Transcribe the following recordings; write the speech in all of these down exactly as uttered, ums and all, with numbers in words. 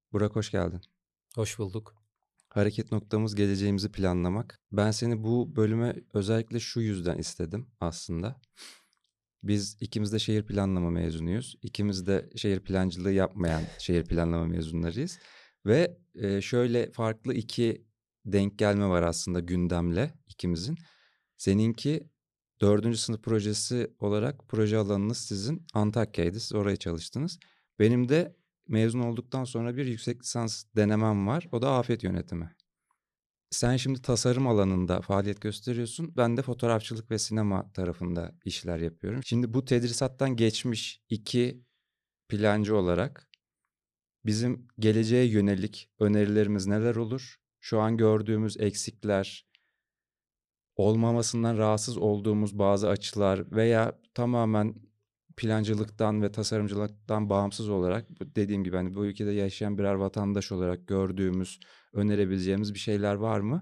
Burak hoş geldin. Hoş bulduk. Hareket noktamız geleceğimizi planlamak. Ben seni bu bölüme özellikle şu yüzden istedim aslında. Biz ikimiz de şehir planlama mezunuyuz. İkimiz de şehir plancılığı yapmayan şehir planlama mezunlarıyız. Ve e, şöyle farklı iki denk gelme var aslında gündemle ikimizin. Seninki dördüncü sınıf projesi olarak proje alanınız sizin Antakya'ydı. Siz oraya çalıştınız. Benim de mezun olduktan sonra bir yüksek lisans denemem var. O da afet yönetimi. Sen şimdi tasarım alanında faaliyet gösteriyorsun. Ben de fotoğrafçılık ve sinema tarafında işler yapıyorum. Şimdi bu tedrisattan geçmiş iki plancı olarak bizim geleceğe yönelik önerilerimiz neler olur? Şu an gördüğümüz eksikler, olmamasından rahatsız olduğumuz bazı açılar veya tamamen plancılıktan ve tasarımcılıktan bağımsız olarak dediğim gibi hani bu ülkede yaşayan birer vatandaş olarak gördüğümüz, önerebileceğimiz bir şeyler var mı?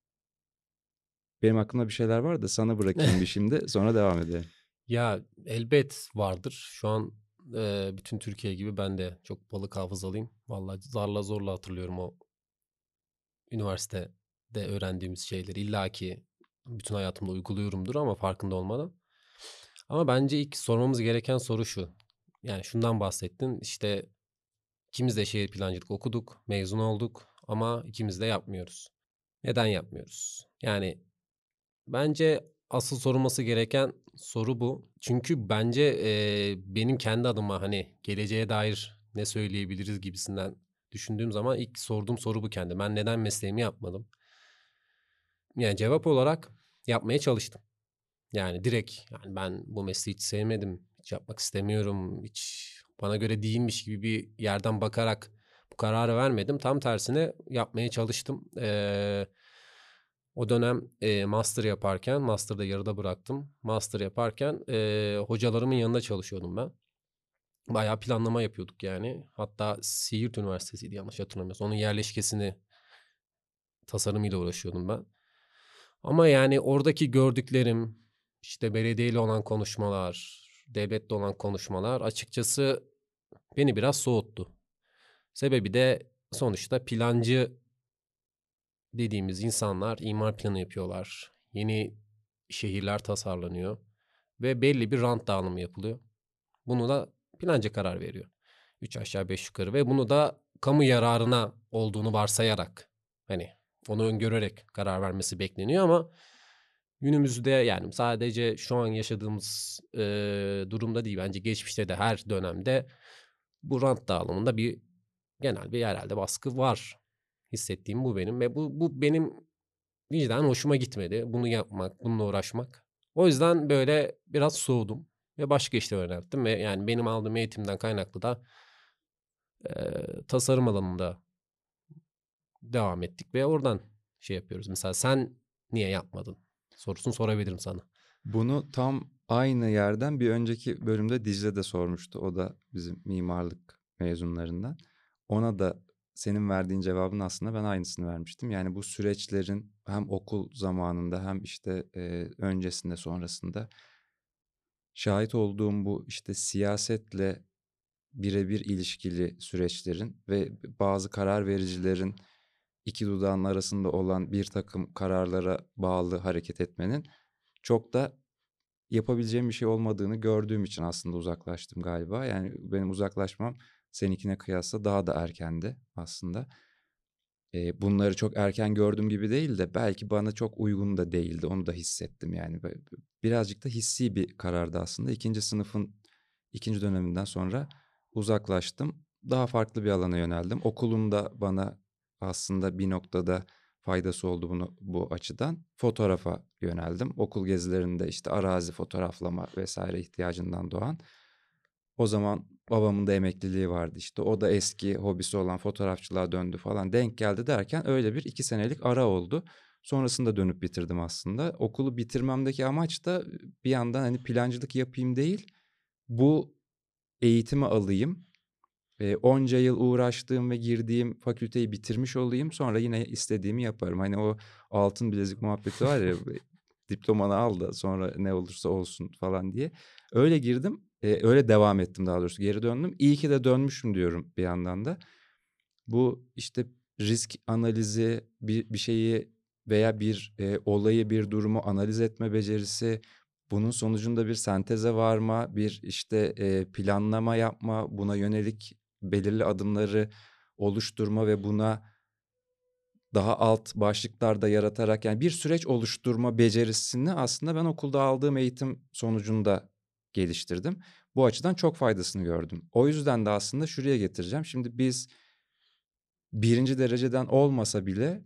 Benim aklımda bir şeyler var da sana bırakayım bir şimdi sonra devam edelim. Ya elbet vardır. Şu an e, bütün Türkiye gibi ben de çok balık hafızalıyım. Vallahi zarla zorla hatırlıyorum o üniversitede öğrendiğimiz şeyleri. İlla ki bütün hayatımda uyguluyorumdur ama farkında olmadan. Ama bence ilk sormamız gereken soru şu. Yani şundan bahsettin. İşte ikimiz de şehir plancılık okuduk, mezun olduk ama ikimiz de yapmıyoruz. Neden yapmıyoruz? Yani bence asıl sorulması gereken soru bu. Çünkü bence, eee, benim kendi adıma, hani, geleceğe dair ne söyleyebiliriz gibisinden düşündüğüm zaman ilk sorduğum soru bu kendime. Ben neden mesleğimi yapmadım? Yani cevap olarak yapmaya çalıştım. Yani direkt, yani, ben bu mesleği hiç sevmedim, hiç yapmak istemiyorum, hiç bana göre değilmiş gibi bir yerden bakarak bu kararı vermedim. Tam tersine yapmaya çalıştım. Eee, o dönem, eee, master yaparken, master'da yarıda bıraktım. Master yaparken, eee, hocalarımın yanında çalışıyordum ben. Bayağı planlama yapıyorduk yani. Hatta Siirt Üniversitesi'ydi yanlış hatırlamıyorsam. Onun yerleşkesini tasarımıyla uğraşıyordum ben. Ama yani oradaki gördüklerim, işte belediyeyle olan konuşmalar, devletle olan konuşmalar açıkçası beni biraz soğuttu. Sebebi de sonuçta plancı dediğimiz insanlar imar planı yapıyorlar. Yeni şehirler tasarlanıyor ve belli bir rant dağılımı yapılıyor. Bunu da plancı karar veriyor. Üç aşağı beş yukarı ve bunu da kamu yararına olduğunu varsayarak hani onu öngörerek karar vermesi bekleniyor ama günümüzde yani sadece şu an yaşadığımız eee, durumda değil bence geçmişte de her dönemde bu rant dağılımında bir genel bir herhalde baskı var. Hissettiğim bu benim ve bu, bu benim vicdanen hoşuma gitmedi. Bunu yapmak, bununla uğraşmak. O yüzden böyle biraz soğudum ve başka işler öğrendim ve yani benim aldığım eğitimden kaynaklı da eee, tasarım alanında devam ettik ve oradan şey yapıyoruz. Mesela sen niye yapmadın sorusunu sorabilirim sana. Bunu tam aynı yerden bir önceki bölümde Dicle de sormuştu. O da bizim mimarlık mezunlarından. Ona da senin verdiğin cevabın aslında ben aynısını vermiştim. Yani bu süreçlerin hem okul zamanında hem işte e, öncesinde sonrasında şahit olduğum bu işte siyasetle birebir ilişkili süreçlerin ve bazı karar vericilerin iki dudağın arasında olan bir takım kararlara bağlı hareket etmenin çok da yapabileceğim bir şey olmadığını gördüğüm için aslında uzaklaştım galiba. Yani benim uzaklaşmam seninkine kıyasla daha da erkendi aslında. Eee, bunları çok erken gördüğüm gibi değil de belki bana çok uygun da değildi. Onu da hissettim yani. Böyle birazcık da hissi bir karardı aslında. İkinci sınıfın ikinci döneminden sonra uzaklaştım. Daha farklı bir alana yöneldim. Okulun da bana aslında bir noktada faydası oldu bunu bu açıdan. Fotoğrafa yöneldim. Okul gezilerinde işte arazi fotoğraflama vesaire ihtiyacından doğan. O zaman babamın da emekliliği vardı işte. O da eski hobisi olan fotoğrafçılığa döndü falan. Denk geldi derken öyle bir iki senelik ara oldu. Sonrasında dönüp bitirdim aslında. Okulu bitirmemdeki amaç da bir yandan hani plancılık yapayım değil. Bu eğitimi alayım. E, onca yıl uğraştığım ve girdiğim fakülteyi bitirmiş olayım. Sonra yine istediğimi yaparım. Hani o altın bilezik muhabbeti var ya diplomanı al da sonra ne olursa olsun falan diye. Öyle girdim. E, öyle devam ettim daha doğrusu. Geri döndüm. İyi ki de dönmüşüm diyorum bir yandan da. Bu işte risk analizi, bir, bir şeyi veya bir e, olayı, bir durumu analiz etme becerisi, bunun sonucunda bir senteze varma, bir işte e, planlama yapma, buna yönelik belirli adımları oluşturma ve buna daha alt başlıklar da yaratarak yani bir süreç oluşturma becerisini aslında ben okulda aldığım eğitim sonucunda geliştirdim. Bu açıdan çok faydasını gördüm. O yüzden de aslında şuraya getireceğim. Şimdi biz birinci dereceden olmasa bile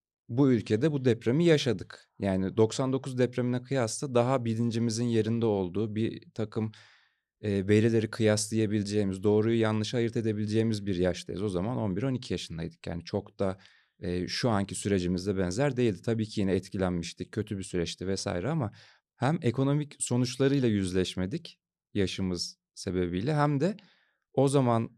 bu ülkede bu depremi yaşadık. Yani doksan dokuz depremine kıyasla daha bilincimizin yerinde olduğu bir takım e, verileri kıyaslayabileceğimiz, doğruyu yanlışı ayırt edebileceğimiz bir yaştayız. O zaman on bir on iki yaşındaydık. Yani çok da e, şu anki sürecimizle benzer değildi. Tabii ki yine etkilenmiştik, kötü bir süreçti vesaire ama hem ekonomik sonuçlarıyla yüzleşmedik yaşımız sebebiyle hem de o zaman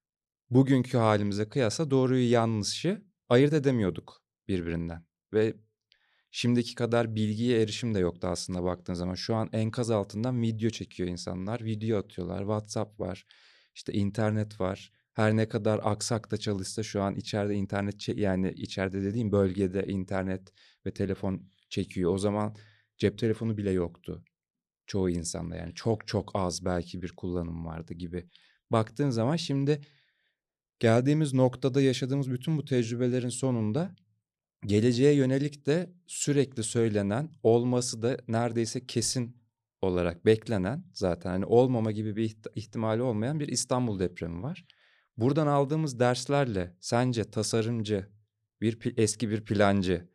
bugünkü halimize kıyasla doğruyu yanlışı ayırt edemiyorduk birbirinden. Ve şimdiki kadar bilgiye erişim de yoktu aslında baktığın zaman. Şu an enkaz altından video çekiyor insanlar. Video atıyorlar. WhatsApp var. İşte internet var. Her ne kadar aksak da çalışsa şu an içeride internet çe- yani içeride dediğim bölgede internet ve telefon çekiyor. O zaman cep telefonu bile yoktu çoğu insanda, yani çok çok az belki bir kullanım vardı gibi. Baktığın zaman şimdi geldiğimiz noktada yaşadığımız bütün bu tecrübelerin sonunda geleceğe yönelik de sürekli söylenen, olması da neredeyse kesin olarak beklenen, zaten hani olmama gibi bir iht- ihtimali olmayan bir İstanbul depremi var. Buradan aldığımız derslerle sence tasarımcı, bir pi- eski bir plancı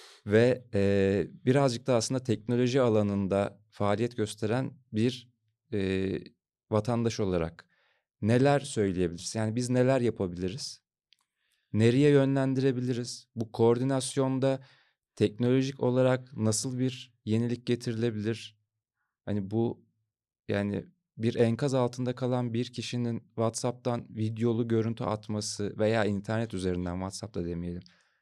ve eee, birazcık da aslında teknoloji alanında faaliyet gösteren bir eee, vatandaş olarak neler söyleyebiliriz? Yani biz neler yapabiliriz? Nereye yönlendirebiliriz? Bu koordinasyonda teknolojik olarak nasıl bir yenilik getirilebilir? Hani bu, yani bir enkaz altında kalan bir kişinin WhatsApp'tan videolu görüntü atması veya internet üzerinden, WhatsApp'ta demeyelim,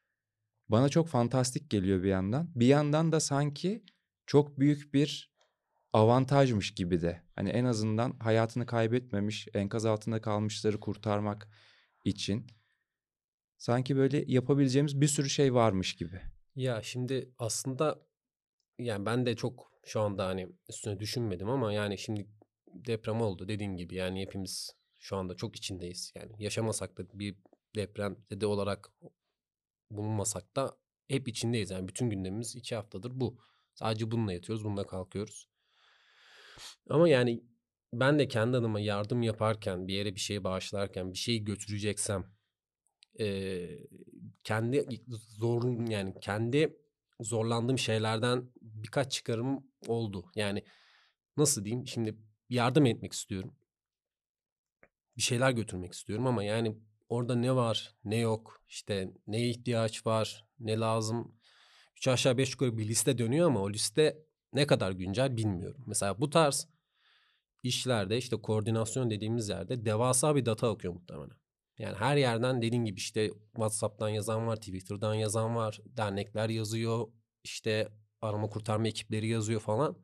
bana çok fantastik geliyor bir yandan. Bir yandan da sanki çok büyük bir avantajmış gibi de. Hani en azından hayatını kaybetmemiş, enkaz altında kalmışları kurtarmak için sanki böyle yapabileceğimiz bir sürü şey varmış gibi. Ya şimdi aslında yani ben de çok şu anda hani üstüne düşünmedim ama yani şimdi deprem oldu dediğin gibi yani hepimiz şu anda çok içindeyiz. Yani yaşamasak da bir depremzede olarak bulunmasak da hep içindeyiz. Yani bütün gündemimiz iki haftadır bu. Sadece bununla yatıyoruz, bununla kalkıyoruz. Ama yani ben de kendi adıma yardım yaparken, bir yere bir şey bağışlarken, bir şeyi götüreceksem eee, kendi zor yani kendi zorlandığım şeylerden birkaç çıkarım oldu. Yani nasıl diyeyim? Şimdi yardım etmek istiyorum. Bir şeyler götürmek istiyorum ama yani orada ne var, ne yok, işte neye ihtiyaç var, ne lazım. Üç aşağı beş yukarı bir liste dönüyor ama o liste ne kadar güncel bilmiyorum. Mesela bu tarz işlerde işte koordinasyon dediğimiz yerde devasa bir data akıyor muhtemelen. Yani her yerden dediğin gibi işte WhatsApp'tan yazan var, Twitter'dan yazan var, dernekler yazıyor, işte arama kurtarma ekipleri yazıyor falan.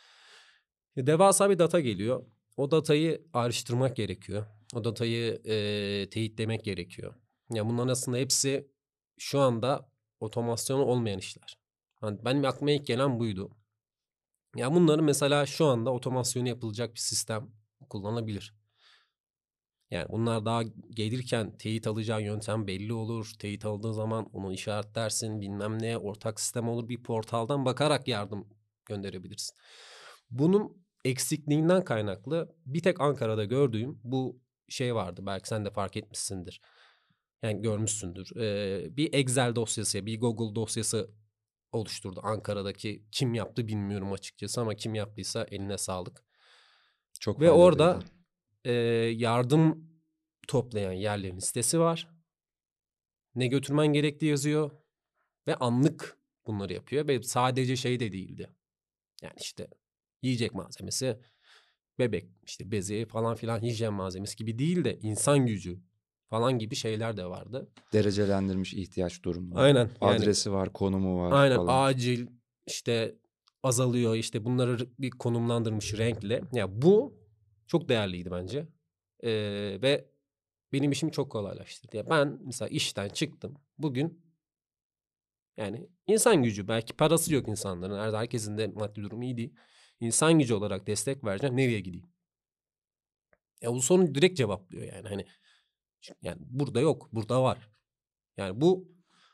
E, Devasa bir data geliyor. O datayı ayrıştırmak gerekiyor. O datayı e, teyitlemek gerekiyor. Ya bunların aslında hepsi şu anda otomasyonu olmayan işler. Yani benim aklıma ilk gelen buydu. Ya bunların mesela şu anda otomasyonu yapılacak bir sistem kullanılabilir. Yani bunlar daha gelirken teyit alacağı yöntem belli olur. Teyit aldığı zaman onu işaretlersin, bilmem ne, ortak sistem olur. Bir portaldan bakarak yardım gönderebilirsin. Bunun eksikliğinden kaynaklı bir tek Ankara'da gördüğüm bu şey vardı. Belki sen de fark etmişsindir. Yani görmüşsündür. Ee, bir Excel dosyası, bir Google dosyası oluşturdu. Ankara'daki kim yaptı bilmiyorum açıkçası ama kim yaptıysa eline sağlık. Çok Ve faydalıydı. orada e, yardım toplayan yerlerin listesi var. Ne götürmen gerektiği yazıyor ve anlık bunları yapıyor ve sadece şey de değildi. Yani işte yiyecek malzemesi, bebek işte bezi falan filan hijyen malzemesi gibi değil de insan gücü falan gibi şeyler de vardı. Derecelendirilmiş ihtiyaç durumları. Aynen yani Adresi var, konumu var aynen falan. acil işte azalıyor işte bunları bir konumlandırmış renkle. Ya bu çok değerliydi bence. Ee, ve benim işimi çok kolaylaştırdı. Ya ben mesela işten çıktım. Bugün yani insan gücü belki parası yok insanların. Her herkesin de maddi durumu iyi değil. İnsan gücü olarak destek vereceğim. Nereye gideyim? Ya bu sorunu direkt cevaplıyor yani. Hani ş- yani burada yok, burada var. Yani bu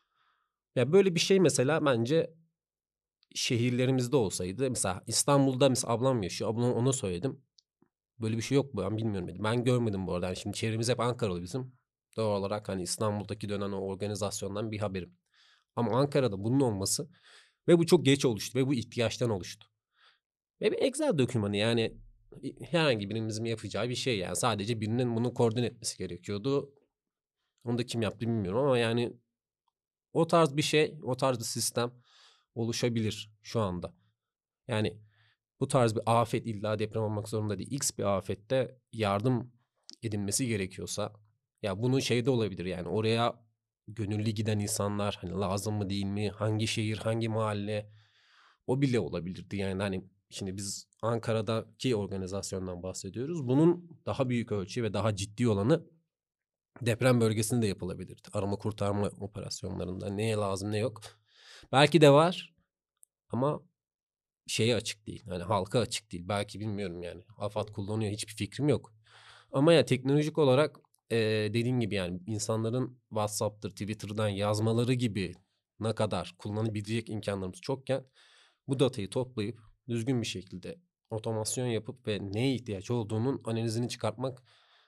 ya böyle bir şey mesela bence şehirlerimizde olsaydı mesela İstanbul'da mesela ablam yaşıyor. Ablam ona söyledim. Böyle bir şey yok mu? Ben bilmiyorum dedim. Ben görmedim bu arada. Yani şimdi çevremiz hep Ankaralı bizim. Doğal olarak hani İstanbul'daki dönen o organizasyondan bir haberim. Ama Ankara'da bunun olması ve bu çok geç oluştu ve bu ihtiyaçtan oluştu. Ve bir Excel dokümanı yani herhangi birimizin yapacağı bir şey yani. Sadece birinin bunu koordine etmesi gerekiyordu. Onu da kim yaptı bilmiyorum ama yani o tarz bir şey, o tarz bir sistem oluşabilir şu anda. Yani bu tarz bir afet illa deprem olmak zorunda değil. X bir afette yardım edilmesi gerekiyorsa ya bunun şey de olabilir yani oraya gönüllü giden insanlar hani lazım mı değil mi? Hangi şehir, hangi mahalle o bile olabilirdi. Yani hani şimdi biz Ankara'daki organizasyondan bahsediyoruz. Bunun daha büyük ölçü ve daha ciddi olanı deprem bölgesinde yapılabilirdi. Arama kurtarma operasyonlarında neye lazım ne yok. Belki de var ama şeye açık değil. Hani halka açık değil. Belki bilmiyorum yani. AFAD kullanıyor hiçbir fikrim yok. Ama ya teknolojik olarak eee dediğin gibi yani insanların WhatsApp'tır, Twitter'dan yazmaları gibi ne kadar kullanabilecek imkanlarımız çokken bu datayı toplayıp düzgün bir şekilde otomasyon yapıp ve neye ihtiyaç olduğunun analizini çıkartmak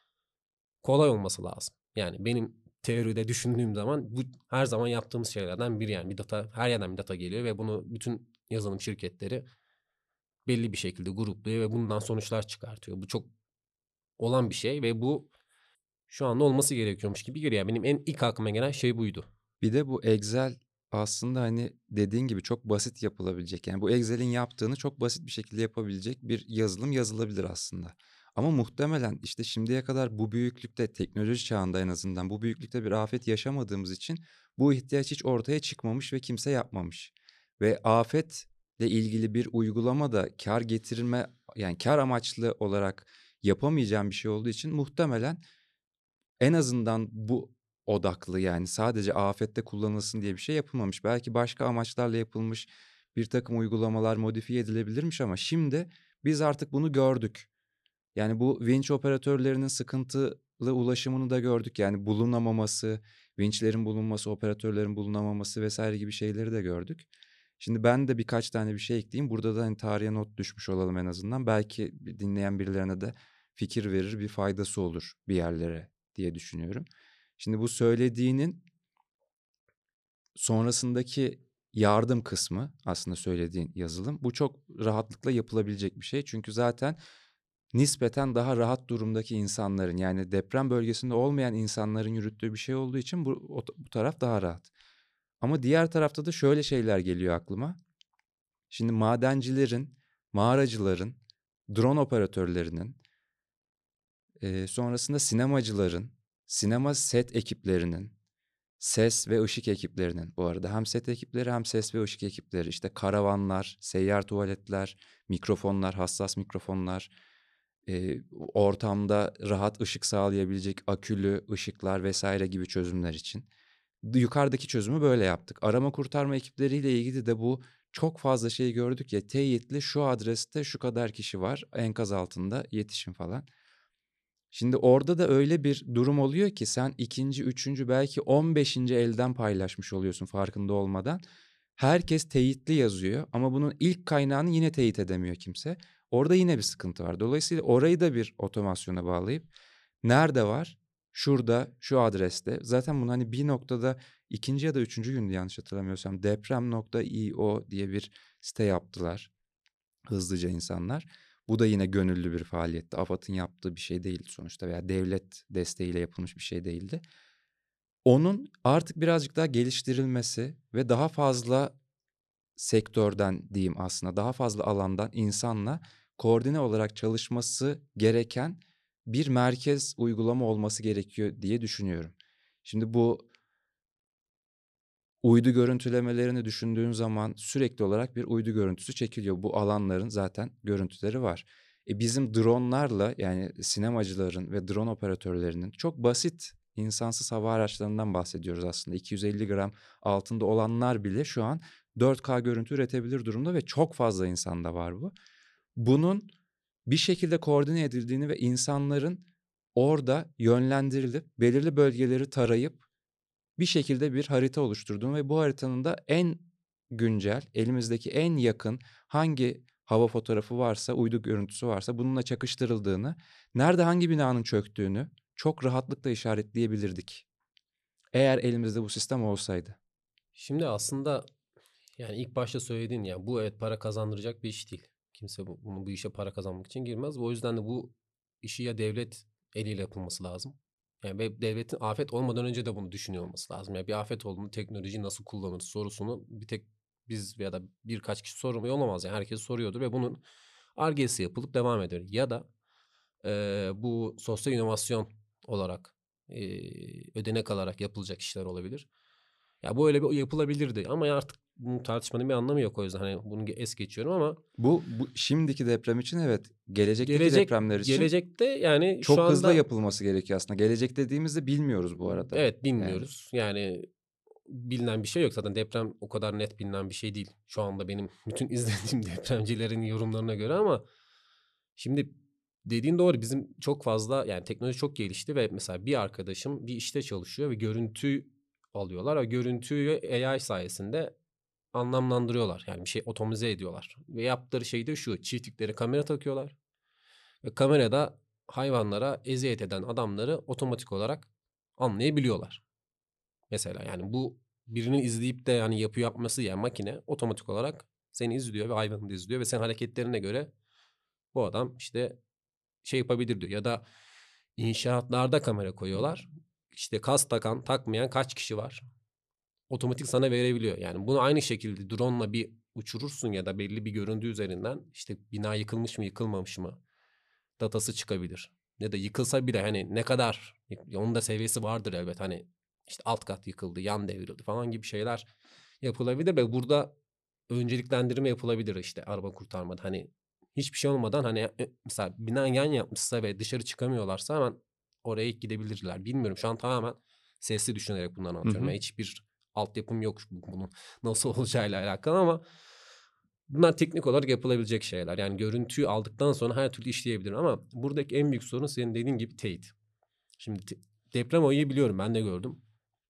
kolay olması lazım. Yani benim teoride düşündüğüm zaman bu her zaman yaptığımız şeylerden biri yani bir data her yerden bir data geliyor ve bunu bütün yazılım şirketleri belli bir şekilde grupluyor ve bundan sonuçlar çıkartıyor. Bu çok olan bir şey ve bu şu anda olması gerekiyormuş gibi geliyor. Yani benim en ilk aklıma gelen şey buydu. Bir de bu Excel aslında hani dediğin gibi çok basit yapılabilecek. Yani bu Excel'in yaptığını çok basit bir şekilde yapabilecek bir yazılım yazılabilir aslında. Ama muhtemelen işte şimdiye kadar bu büyüklükte teknoloji çağında en azından bu büyüklükte bir afet yaşamadığımız için bu ihtiyaç hiç ortaya çıkmamış ve kimse yapmamış. Ve afetle ilgili bir uygulama da kar getirme yani kar amaçlı olarak yapamayacağım bir şey olduğu için muhtemelen en azından bu odaklı yani sadece afette kullanılsın diye bir şey yapılmamış. Belki başka amaçlarla yapılmış bir takım uygulamalar modifiye edilebilirmiş ama şimdi biz artık bunu gördük. Yani bu vinç operatörlerinin sıkıntılı ulaşımını da gördük. Yani bulunamaması, vinçlerin bulunması, operatörlerin bulunamaması vesaire gibi şeyleri de gördük. Şimdi ben de birkaç tane bir şey ekleyeyim. Burada da hani tarihe not düşmüş olalım en azından. Belki dinleyen birilerine de fikir verir, bir faydası olur bir yerlere diye düşünüyorum. Şimdi bu söylediğinin sonrasındaki yardım kısmı aslında söylediğin yazılım. Bu çok rahatlıkla yapılabilecek bir şey. Çünkü zaten nispeten daha rahat durumdaki insanların yani deprem bölgesinde olmayan insanların yürüttüğü bir şey olduğu için bu, o- bu taraf daha rahat. Ama diğer tarafta da şöyle şeyler geliyor aklıma. Şimdi madencilerin, mağaracıların, drone operatörlerinin, eee, sonrasında sinemacıların, sinema set ekiplerinin, ses ve ışık ekiplerinin bu arada hem set ekipleri hem ses ve ışık ekipleri işte karavanlar, seyyar tuvaletler, mikrofonlar, hassas mikrofonlar, eee, ortamda rahat ışık sağlayabilecek akülü ışıklar vesaire gibi çözümler için. Yukarıdaki çözümü böyle yaptık. Arama kurtarma ekipleriyle ilgili de bu çok fazla şey gördük ya teyitli şu adreste şu kadar kişi var enkaz altında yetişin falan. Şimdi orada da öyle bir durum oluyor ki sen ikinci, üçüncü belki on beşinci elden paylaşmış oluyorsun farkında olmadan. Herkes teyitli yazıyor ama bunun ilk kaynağını yine teyit edemiyor kimse. Orada yine bir sıkıntı var. Dolayısıyla orayı da bir otomasyona bağlayıp nerede var? Şurada, şu adreste. Zaten bunu hani bir noktada ikinci ya da üçüncü günde yanlış hatırlamıyorsam deprem nokta io diye bir site yaptılar hızlıca insanlar. Bu da yine gönüllü bir faaliyetti. AFAD'ın yaptığı bir şey değildi sonuçta veya devlet desteğiyle yapılmış bir şey değildi. Onun artık birazcık daha geliştirilmesi ve daha fazla sektörden diyeyim aslında daha fazla alandan insanla koordine olarak çalışması gereken bir merkez uygulama olması gerekiyor diye düşünüyorum. Şimdi bu uydu görüntülemelerini düşündüğün zaman sürekli olarak bir uydu görüntüsü çekiliyor. Bu alanların zaten görüntüleri var. E bizim dronlarla yani sinemacıların ve drone operatörlerinin çok basit insansız hava araçlarından bahsediyoruz aslında. iki yüz elli gram altında olanlar bile şu an dört K görüntü üretebilir durumda ve çok fazla insanda var bu. Bunun bir şekilde koordine edildiğini ve insanların orada yönlendirilip belirli bölgeleri tarayıp bir şekilde bir harita oluşturduğunu ve bu haritanın da en güncel, elimizdeki en yakın hangi hava fotoğrafı varsa, uydu görüntüsü varsa bununla çakıştırıldığını, nerede hangi binanın çöktüğünü çok rahatlıkla işaretleyebilirdik. Eğer elimizde bu sistem olsaydı. Şimdi aslında yani ilk başta söylediğin ya bu evet para kazandıracak bir iş değil. Kimse bu, bunu bu işe para kazanmak için girmez. O yüzden de bu işi ya devlet eliyle yapılması lazım. Yani ve devletin afet olmadan önce de bunu düşünüyor olması lazım. Yani bir afet olduğunda teknolojiyi nasıl kullanırız sorusunu bir tek biz ya da birkaç kişi sormuyor olamaz. Yani herkes soruyordur ve bunun Ar-Ge'si yapılıp devam eder. Ya da eee, bu sosyal inovasyon olarak eee, ödenek alarak yapılacak işler olabilir. Ya bu öyle bir yapılabilirdi ama ya artık bunun tartışmanın bir anlamı yok o yüzden hani bunu ge- es geçiyorum ama Bu, bu şimdiki deprem için evet, gelecekteki gelecek depremler için gelecekte yani şu çok hızlı anda yapılması gerekiyor aslında. Gelecek dediğimizde bilmiyoruz bu arada. evet Yani bilmiyoruz. Yani bilinen bir şey yok zaten deprem o kadar net bilinen bir şey değil. Şu anda benim bütün izlediğim depremcilerin yorumlarına göre ama şimdi dediğin doğru bizim çok fazla yani teknoloji çok gelişti ve mesela bir arkadaşım bir işte çalışıyor ve görüntü alıyorlar ve görüntüyü A I sayesinde anlamlandırıyorlar. Yani bir şey otomize ediyorlar. Ve yaptıkları şey de şu. Çiftliklere kamera takıyorlar. Ve kamerada hayvanlara eziyet eden adamları otomatik olarak anlayabiliyorlar. Mesela yani bu birinin izleyip de yani yapı yapması yani makine otomatik olarak seni izliyor ve hayvanı da izliyor ve sen hareketlerine göre bu adam işte şey yapabilir diyor. Ya da inşaatlarda kamera koyuyorlar. İşte kas takan takmayan kaç kişi var? Otomatik sana verebiliyor. Yani bunu aynı şekilde drone'la bir uçurursun ya da belli bir görüntü üzerinden işte bina yıkılmış mı yıkılmamış mı datası çıkabilir. Ya da yıkılsa bile hani ne kadar onun da seviyesi vardır elbet hani işte alt kat yıkıldı, yan devrildi falan gibi şeyler yapılabilir ve burada önceliklendirme yapılabilir işte araba kurtarmada. Hani hiçbir şey olmadan hani e, mesela bina yan yapmışsa ve dışarı çıkamıyorlarsa hemen oraya ilk gidebilirler. Bilmiyorum şu an tamamen sesli düşünerek bundan hı anlatıyorum. hı. Yani hiçbir altyapım yok bunun nasıl olacağıyla alakalı ama bunlar teknik olarak yapılabilecek şeyler. Yani görüntüyü aldıktan sonra her türlü işleyebilir ama buradaki en büyük sorun senin dediğin gibi teyit. Şimdi te- deprem olayı biliyorum ben de gördüm.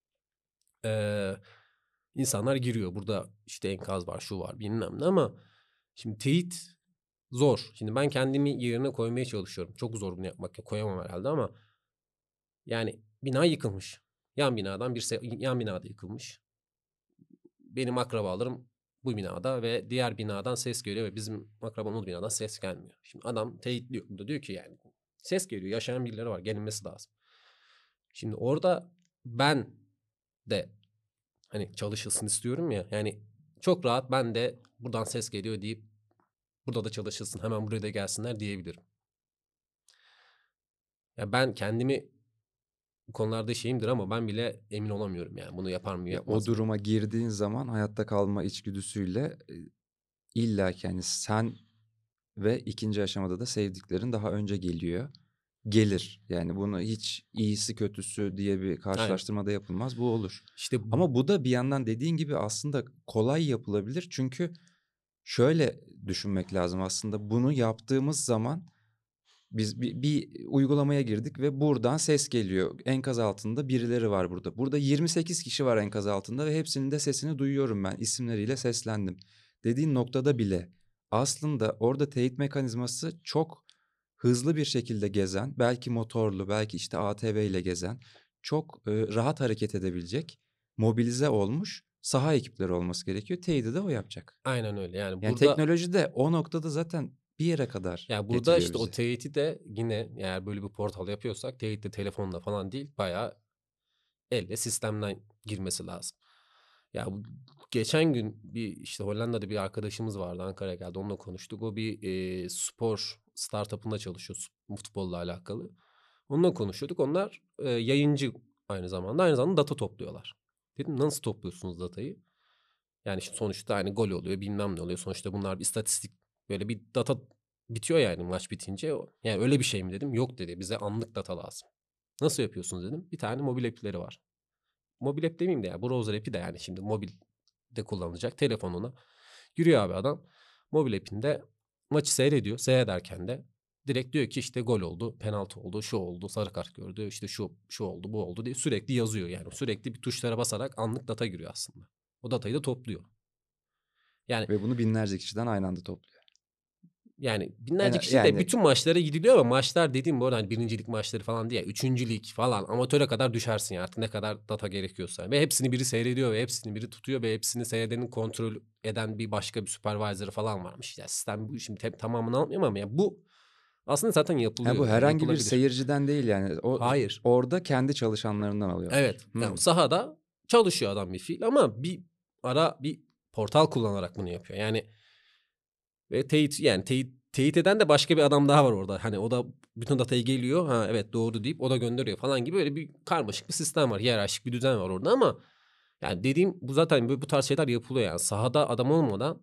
Ee, insanlar giriyor. Burada işte enkaz var, şu var, bilmem ne ama şimdi teyit zor. Şimdi ben kendimi yerine koymaya çalışıyorum. Çok zor bunu yapmak. Koyamam herhalde ama yani bina yıkılmış. Yan binadan bir se- yan binada yıkılmış. Benim akrabalarım bu binada ve diğer binadan ses geliyor ve bizim akrabamın binadan ses gelmiyor. Şimdi adam teyitliyor. Burada diyor ki yani ses geliyor. Yaşayan birileri var. Gelinmesi lazım. Şimdi orada ben de hani çalışılsın istiyorum ya. Yani çok rahat ben de buradan ses geliyor deyip burada da çalışılsın. Hemen buraya da gelsinler diyebilirim. Ya ben kendimi bu konularda şeyimdir ama ben bile emin olamıyorum yani. Bunu yapar mı Ya o yapmaz mıyım? duruma girdiğin zaman hayatta kalma içgüdüsüyle e, illa ki yani sen ve ikinci aşamada da sevdiklerin daha önce geliyor. Gelir. Yani bunu hiç iyisi kötüsü diye bir Aynen. karşılaştırmada yapılmaz. Bu olur. İşte Ama bu da bir yandan dediğin gibi aslında kolay yapılabilir. Çünkü şöyle düşünmek lazım aslında. Bunu yaptığımız zaman biz bir, bir uygulamaya girdik ve buradan ses geliyor. Enkaz altında birileri var burada. Burada yirmi sekiz kişi var enkaz altında ve hepsinin de sesini duyuyorum ben. İsimleriyle seslendim. Dediğin noktada bile aslında orada teyit mekanizması çok hızlı bir şekilde gezen, belki motorlu, belki işte A T V ile gezen, çok e, rahat hareket edebilecek, mobilize olmuş saha ekipleri olması gerekiyor. Teyidi de o yapacak. aynen öyle. Yani Yani burada teknoloji de o noktada zaten bir yere kadar ya burada getiriyor işte o bizi. teyiti de yine eğer böyle bir portal yapıyorsak teyit de telefonla falan değil bayağı elle sistemden girmesi lazım. Ya bu, geçen gün bir işte Hollanda'da bir arkadaşımız vardı Ankara'ya geldi onunla konuştuk. O bir e, spor startup'ında çalışıyor futbolla alakalı. Onunla konuşuyorduk. Onlar e, yayıncı aynı zamanda aynı zamanda data topluyorlar. Dedim nasıl topluyorsunuz datayı? Yani şimdi sonuçta hani gol oluyor bilmem ne oluyor. Sonuçta bunlar bir istatistik böyle bir data bitiyor yani maç bitince. Yani öyle bir şey mi dedim. Yok dedi, bize anlık data lazım. Nasıl yapıyorsunuz dedim. Bir tane mobil app'leri var. Mobil app demeyeyim de ya, browser app'i de yani şimdi mobilde kullanılacak telefonuna. Giriyor abi adam. Mobil app'inde maçı seyrediyor. Seyrederken de direkt diyor ki işte gol oldu, penaltı oldu, şu oldu, sarı kart gördü, işte şu şu oldu, bu oldu diye sürekli yazıyor yani. Sürekli bir tuşlara basarak anlık data giriyor aslında. O datayı da topluyor. Yani Ve bunu binlerce kişiden aynı anda topluyor. yani binlerce En, kişi de yani bütün maçlara gidiliyor ama maçlar dediğim bu arada hani birincilik maçları falan değil. Üçüncü lig falan amatöre kadar düşersin ya artık ne kadar data gerekiyorsa. Ve hepsini biri seyrediyor ve hepsini biri tutuyor ve hepsini seyredenin kontrol eden bir başka bir supervisor'ı falan varmış. Ya sistem bu şimdi tem- tamamını almıyorum ama ya bu aslında zaten ha, yapılıyor bu yani herhangi bir yapılabilir. seyirciden değil yani. O Hayır. orada kendi çalışanlarından alıyorlar. Evet. Hmm. Yani sahada çalışıyor adam bir fiil ama bir ara bir portal kullanarak bunu yapıyor. Yani ve teyit yani teyit, teyit eden de başka bir adam daha var orada. Hani o da bütün datayı geliyor. Ha evet doğru deyip o da gönderiyor falan gibi böyle bir karmaşık bir sistem var. Hiyerarşik bir düzen var orada ama yani dediğim bu zaten bu, bu tarz şeyler yapılıyor yani. Sahada adam olmadan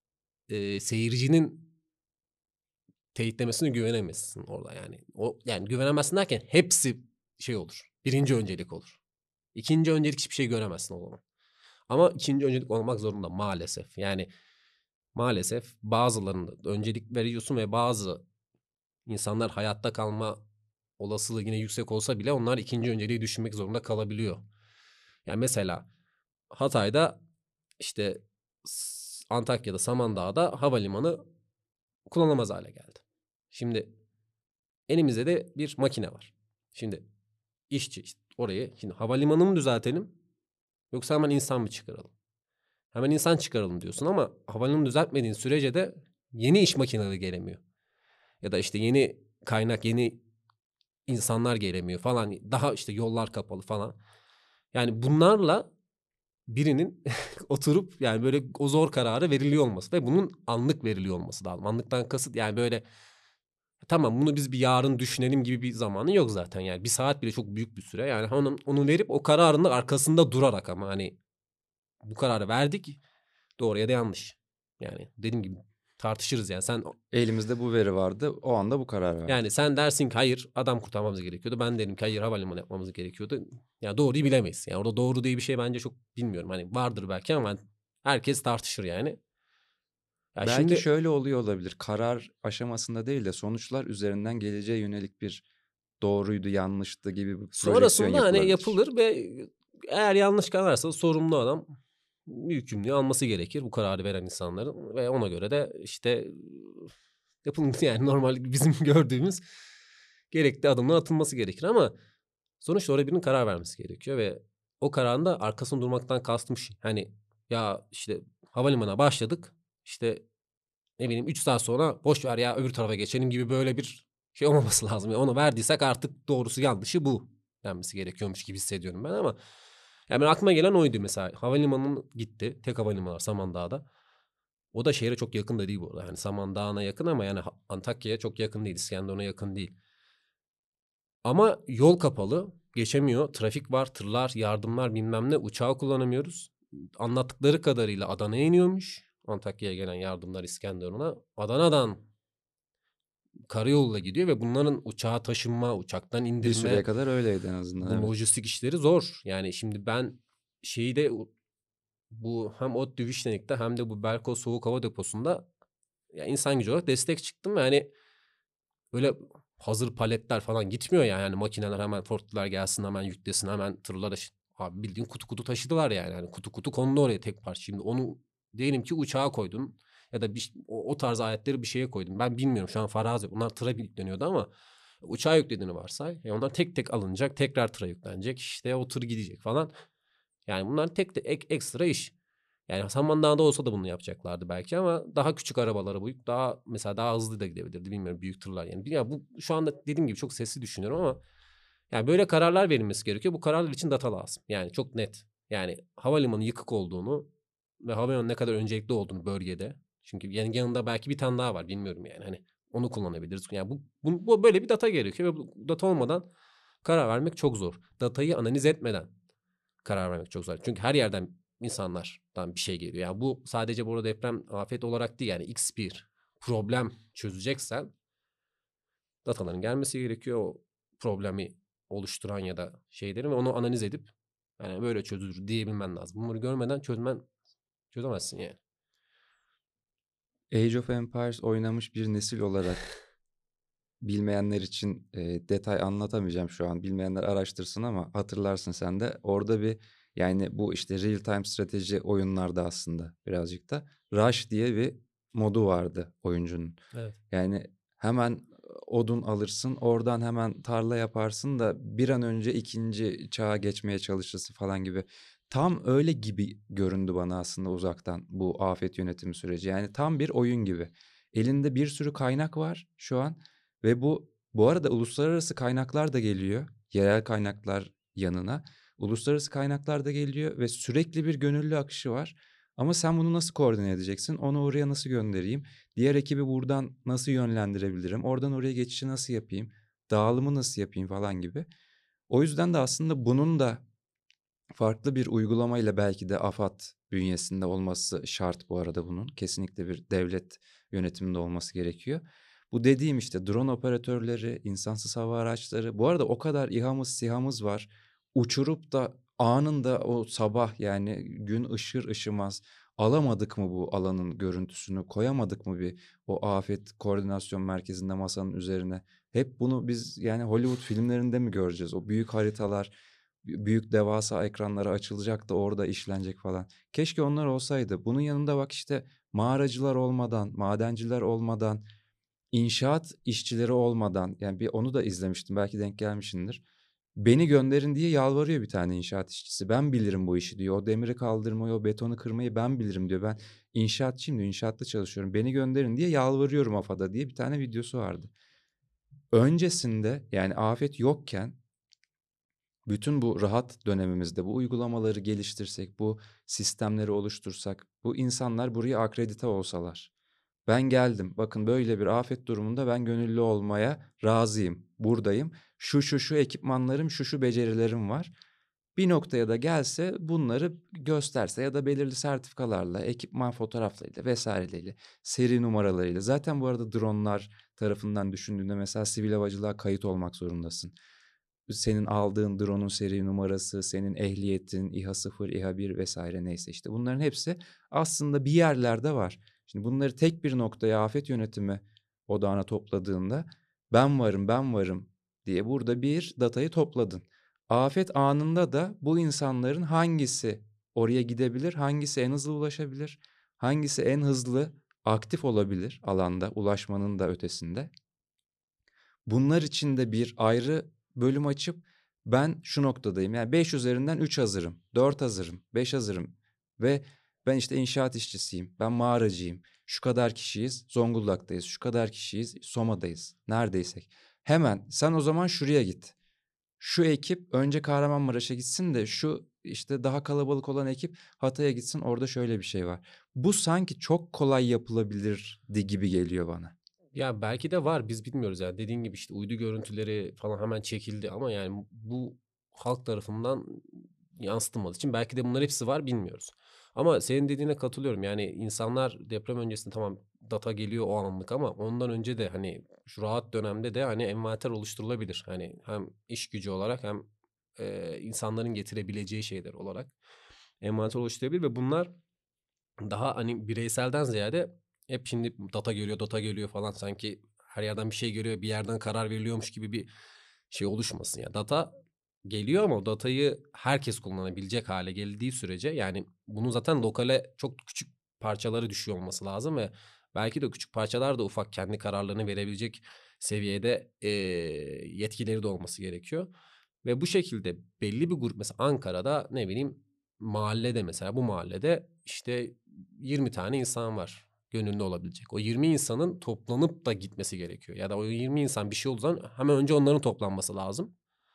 e, seyircinin teyitlemesine güvenemezsin orada yani. O yani güvenemezsin derken hepsi şey olur. Birinci öncelik olur. İkinci öncelik hiçbir şey göremezsin o zaman. Ama ikinci öncelik olmak zorunda maalesef. Yani maalesef bazılarında öncelik veriyorsun ve bazı insanlar hayatta kalma olasılığı yine yüksek olsa bile onlar ikinci önceliği düşünmek zorunda kalabiliyor. Yani mesela Hatay'da işte Antakya'da Samandağ'da havalimanı kullanılamaz hale geldi. Şimdi elimizde de bir makine var. Şimdi işçi işte orayı şimdi havalimanı mı düzeltelim yoksa hemen insan mı çıkaralım? Hemen insan çıkaralım diyorsun ama havalimanını düzeltmediğin sürece de yeni iş makineleri gelemiyor. Ya da işte yeni kaynak, yeni insanlar gelemiyor falan. Daha işte yollar kapalı falan. Yani bunlarla birinin oturup yani böyle o zor kararı veriliyor olması ve bunun anlık veriliyor olması lazım. Anlıktan kasıt yani böyle tamam bunu biz bir yarın düşünelim gibi bir zamanı yok zaten. Yani bir saat bile çok büyük bir süre. Yani onun, onu verip o kararın da arkasında durarak ama hani bu kararı verdik doğru ya da yanlış. Yani dediğim gibi tartışırız yani sen Elimizde bu veri vardı. O anda bu karar yani verdik. sen dersin ki hayır adam kurtarmamız gerekiyordu. Ben derim ki hayır havalimanı yapmamız gerekiyordu. Ya doğruyu bilemeyiz. Yani orada doğru diye bir şey bence çok bilmiyorum. Hani vardır belki ama herkes tartışır yani. Ya Belki şimdi şöyle oluyor olabilir. Karar aşamasında değil de sonuçlar üzerinden geleceğe yönelik bir doğruydu, yanlıştı gibi bir projeksiyon sonrasında hani yapılabilir. yapılır ve eğer yanlış kararsa sorumlu adam yükümlülüğü alması gerekir bu kararı veren insanların ve ona göre de işte yapılmış yani normal bizim gördüğümüz gerekli adımlar atılması gerekir ama sonuçta oraya birinin karar vermesi gerekiyor ve o kararın da arkasında durmaktan kastım şey. Hani ya işte havalimanına başladık işte ne bileyim üç saat sonra boş ver ya öbür tarafa geçelim gibi böyle bir şey olmaması lazım. Yani onu verdiysek artık doğrusu yanlışı bu denmesi gerekiyormuş gibi hissediyorum ben ama yani ben aklıma gelen oydu mesela. Havalimanının gitti. Tek havalimanı var Samandağ'da. O da şehre çok yakın da değil bu arada. Hani Samandağ'a yakın ama yani Antakya'ya çok yakın değil. İskenderun'a yakın değil. Ama yol kapalı. Geçemiyor. Trafik var. Tırlar, yardımlar bilmem ne. Uçağı kullanamıyoruz. Anlattıkları kadarıyla Adana'ya iniyormuş. Antakya'ya gelen yardımlar İskenderun'a. Adana'dan karayoluyla gidiyor ve bunların uçağa taşınma, uçaktan Bir süreye indirme, kadar öyleydi en azından, bu evet. lojistik işleri zor. Yani şimdi ben şeyi de bu hem ODTÜ Vişnenik'te hem de bu Belko Soğuk Hava Deposu'nda ya insan gücü olarak destek çıktım ve hani böyle hazır paletler falan gitmiyor yani. Yani makineler hemen forkliftler gelsin hemen yüklesin hemen tırlara abi bildiğin kutu kutu taşıdılar yani. Yani kutu kutu kondu oraya tek parça. Şimdi onu diyelim ki uçağa koydun ya da bir, o, o tarz aletleri bir şeye koydun. Ben bilmiyorum şu an farazi bunlar tıra yükleniyordu ama uçağa yüklediğini varsay. E onlar tek tek alınacak tekrar tıra yüklenecek işte o tır gidecek falan. Yani bunlar tek de ek, ekstra iş. Yani Samandağ'da olsa da bunu yapacaklardı belki ama daha küçük arabaları bu daha mesela daha hızlı da gidebilirdi bilmiyorum büyük tırlar yani. Ya bu şu anda dediğim gibi çok sesli düşünüyorum ama yani böyle kararlar verilmesi gerekiyor. Bu kararlar için data lazım. Yani çok net. Yani havalimanı yıkık olduğunu ve havalimanı ne kadar öncelikli olduğunu bölgede. Çünkü yani yanında belki bir tane daha var bilmiyorum yani. Hani onu kullanabiliriz. Yani bu, bu, bu böyle bir data gerekiyor ve bu data olmadan karar vermek çok zor. Datayı analiz etmeden karar vermek çok zor. Çünkü her yerden insanlardan bir şey geliyor. Yani bu sadece bu arada deprem afet olarak değil yani X bir problem çözeceksen dataların gelmesi gerekiyor. O problemi oluşturan ya da şeyleri ve onu analiz edip yani böyle çözülür diyebilmen lazım. Bunları görmeden çözmen çözemezsin yani. Age of Empires oynamış bir nesil olarak bilmeyenler için e, detay anlatamayacağım şu an. Bilmeyenler araştırsın ama hatırlarsın sen de. Orada bir yani bu işte real time strateji oyunlarda aslında birazcık da Rush diye bir modu vardı oyuncunun. Evet. Yani hemen odun alırsın, oradan hemen tarla yaparsın da bir an önce ikinci çağa geçmeye çalışırsın falan gibi. Tam öyle gibi göründü bana aslında uzaktan bu afet yönetimi süreci. Yani tam bir oyun gibi. Elinde bir sürü kaynak var şu an ve bu bu arada uluslararası kaynaklar da geliyor. Yerel kaynaklar yanına. Uluslararası kaynaklar da geliyor ve sürekli bir gönüllü akışı var. Ama sen bunu nasıl koordine edeceksin? Onu oraya nasıl göndereyim? Diğer ekibi buradan nasıl yönlendirebilirim? Oradan oraya geçişi nasıl yapayım? Dağılımı nasıl yapayım falan gibi. O yüzden de aslında bunun da farklı bir uygulamayla belki de AFAD bünyesinde olması şart bu arada bunun. Kesinlikle bir devlet yönetiminde olması gerekiyor. Bu dediğim işte drone operatörleri, insansız hava araçları. Bu arada o kadar İHA'mız, SİHA'mız var. Uçurup da anında o sabah yani gün ışır ışımaz alamadık mı bu alanın görüntüsünü, koyamadık mı bir o afet koordinasyon merkezinde masanın üzerine? Hep bunu biz yani Hollywood filmlerinde mi göreceğiz? O büyük haritalar, büyük devasa ekranlara açılacak da orada işlenecek falan. Keşke onlar olsaydı. Bunun yanında bak işte mağaracılar olmadan, madenciler olmadan, inşaat işçileri olmadan yani bir onu da izlemiştim belki denk gelmişsindir. Beni gönderin diye yalvarıyor bir tane inşaat işçisi. Ben bilirim bu işi diyor. O demiri kaldırmayı, o betonu kırmayı ben bilirim diyor. Ben inşaatçıyım diyor. İnşaatta çalışıyorum. Beni gönderin diye yalvarıyorum AFAD'a diye bir tane videosu vardı. Öncesinde yani afet yokken bütün bu rahat dönemimizde bu uygulamaları geliştirsek, bu sistemleri oluştursak, bu insanlar buraya akredite olsalar. Ben geldim. Bakın böyle bir afet durumunda ben gönüllü olmaya razıyım. Buradayım. Şu şu şu ekipmanlarım, şu şu becerilerim var. Bir noktaya da gelse bunları gösterse ya da belirli sertifikalarla, ekipman fotoğraflarıyla vesaireleriyle, seri numaralarıyla. Zaten bu arada dronlar tarafından düşündüğünde mesela sivil havacılığa kayıt olmak zorundasın. Senin aldığın drone'un seri numarası, senin ehliyetin, İHA sıfır, İHA bir vesaire neyse işte bunların hepsi aslında bir yerlerde var. Şimdi bunları tek bir noktaya afet yönetimi odağına topladığında ben varım, ben varım diye burada bir datayı topladın. Afet anında da bu insanların hangisi oraya gidebilir, hangisi en hızlı ulaşabilir, hangisi en hızlı aktif olabilir alanda, ulaşmanın da ötesinde. Bunlar için de bir ayrı bölüm açıp ben şu noktadayım. Yani beş üzerinden üç hazırım, dört hazırım, beş hazırım ve ben işte inşaat işçisiyim, ben mağaracıyım. Şu kadar kişiyiz, Zonguldak'tayız, şu kadar kişiyiz, Soma'dayız, neredeysek. Hemen sen o zaman şuraya git. Şu ekip önce Kahramanmaraş'a gitsin de şu işte daha kalabalık olan ekip Hatay'a gitsin, orada şöyle bir şey var. Bu sanki çok kolay yapılabilirdi gibi geliyor bana. Ya belki de var biz bilmiyoruz ya. Dediğin gibi işte uydu görüntüleri falan hemen çekildi ama yani bu halk tarafından yansıtılmadığı için belki de bunlar hepsi var bilmiyoruz. Ama senin dediğine katılıyorum. Yani insanlar deprem öncesinde tamam data geliyor o anlık ama ondan önce de hani şu rahat dönemde de hani envanter oluşturulabilir. Hani hem iş gücü olarak hem e, insanların getirebileceği şeyler olarak envanter oluşturabilir ve bunlar daha hani bireyselden ziyade hep şimdi data geliyor, data geliyor falan sanki her yerden bir şey geliyor, bir yerden karar veriliyormuş gibi bir şey oluşmasın ya. Data geliyor ama o datayı herkes kullanabilecek hale geldiği sürece yani bunun zaten lokale çok küçük parçaları düşüyor olması lazım ve belki de küçük parçalar da ufak kendi kararlarını verebilecek seviyede eee, yetkileri de olması gerekiyor. Ve bu şekilde belli bir grup mesela Ankara'da ne bileyim mahallede mesela bu mahallede işte yirmi tane insan var gönüllü olabilecek. O yirmi insanın toplanıp da gitmesi gerekiyor. Ya da o yirmi insan bir şey olduğu zaman hemen önce onların toplanması lazım